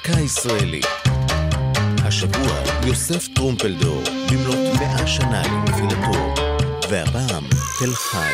דקה ישראלית. השבוע יוסף טרומפלדור במלאת 100 שנה לנפילתו, והפעם תל חי.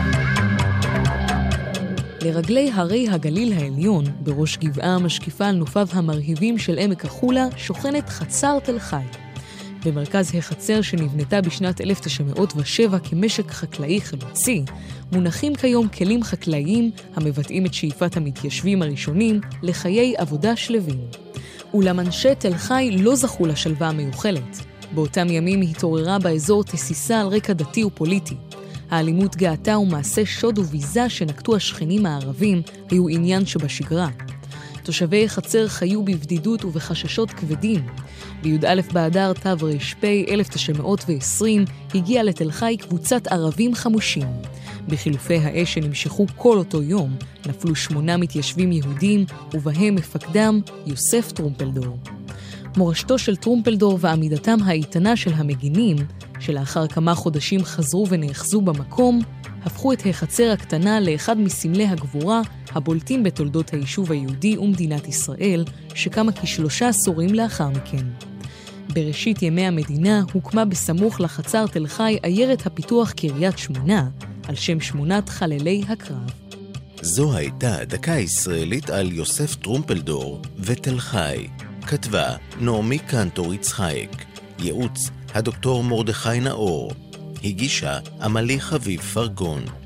לרגלי הרי הגליל העליון, בראש גבעה המשקיפה על נופיו המרהיבים של עמק החולה, שוכנת חצר תל חי. במרכז החצר שנבנתה בשנת 1907 כמשק חקלאי חלוצי, מונחים כיום כלים חקלאיים המבטאים את שאיפת המתיישבים הראשונים לחיי עבודה שלווים. אולם אנשי תל חי לא זכו לשלווה המיוחלת. באותם ימים התעוררה באזור תסיסה על רקע דתי ופוליטי. האלימות גאתה ומעשי שוד וביזה שנקטו השכנים הערבים היו עניין שבשגרה. תושבי החצר חיו בבדידות ובחששות כבדים. בי"א באדר תר"פ 1920 הגיעה לתל חי קבוצת ערבים חמושים. בחילופי האש שנמשכו כל אותו יום נפלו 8 מתיישבים יהודים, ובהם מפקדם יוסף טרומפלדור. מורשתו של טרומפלדור ועמידתם האיתנה של המגינים, שלאחר כמה חודשים חזרו ונאחזו במקום, הפכו את החצר הקטנה לאחד מסמלי הגבורה הבולטים בתולדות היישוב היהודי ומדינת ישראל, שקמה כ3 עשורים לאחר מכן. בראשית ימי המדינה הוקמה בסמוך לחצר תל חי עיירת הפיתוח קריית שמונה, על שם 8 חללי הקרב. זו הייתה דקה ישראלית על יוסף טרומפלדור ותל חי. כתבה נעמי קנטור יצחק. ייעוץ הדוקטור מרדכי נאור. הגישה עמלי חביב פרגון.